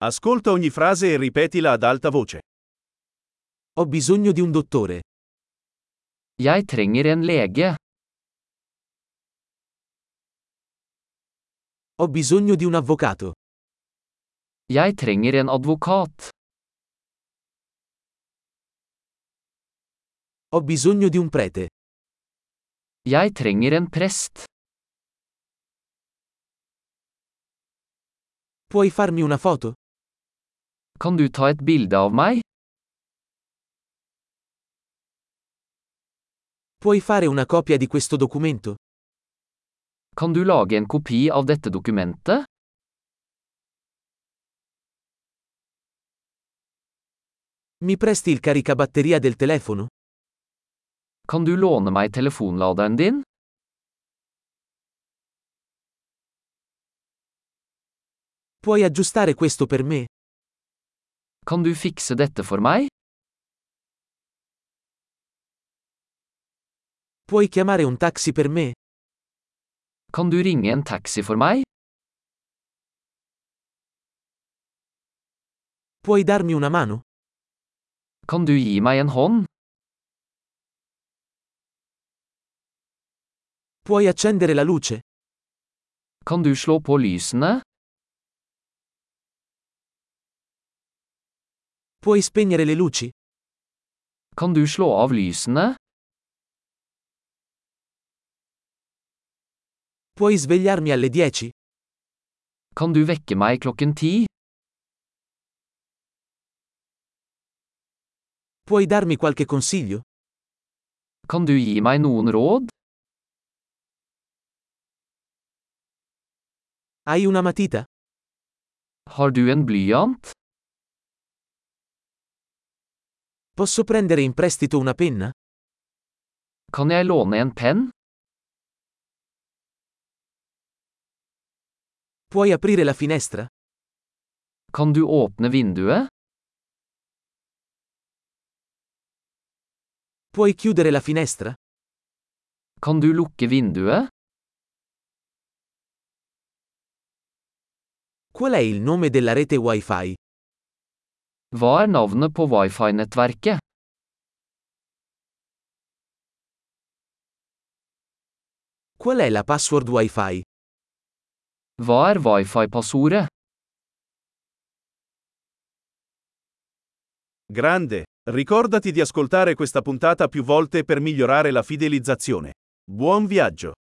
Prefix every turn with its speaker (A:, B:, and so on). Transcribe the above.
A: Ascolta ogni frase e ripetila ad alta voce.
B: Ho bisogno di un dottore.
C: Jeg trenger en lege.
B: Ho bisogno di un avvocato.
C: Jeg trenger en advokat.
B: Ho bisogno di un prete.
C: Jeg trenger en prest.
B: Puoi farmi una foto?
C: Kan du ta et bilde av meg?
B: Puoi fare una copia di questo documento?
C: Kan du lage en kopi av dette dokumentet?
B: Mi presti il caricabatteria del telefono?
C: Kan du låne meg telefonladeren din?
B: Puoi aggiustare questo per me?
C: Kan du fikse dette for meg?
B: Puoi chiamare un taxi per me?
C: Kan du ringe en taxi for meg?
B: Puoi darmi una mano?
C: Kan du gi meg en hånd?
B: Puoi accendere la luce?
C: Kan du slå på lysene?
B: Puoi spegnere le luci?
C: Kan du slå av lysene?
B: Puoi svegliarmi alle 10?
C: Kan du vekke meg klokken 10?
B: Puoi darmi qualche consiglio?
C: Kan du gi meg noen råd?
B: Hai una matita?
C: Har du en blyant?
B: Posso prendere in prestito una penna?
C: Kan jeg låne en penn?
B: Puoi aprire la finestra?
C: Kan du åpne vinduet?
B: Puoi chiudere la finestra?
C: Kan du lukke vinduet?
B: Qual è il nome della rete Wi-Fi?
C: Hva er navnet på wifi-nettverket?
B: Qual è la password Wi-Fi?
C: Hva er wifi-passordet?
A: Grande! Ricordati di ascoltare questa puntata più volte per migliorare la fidelizzazione. Buon viaggio!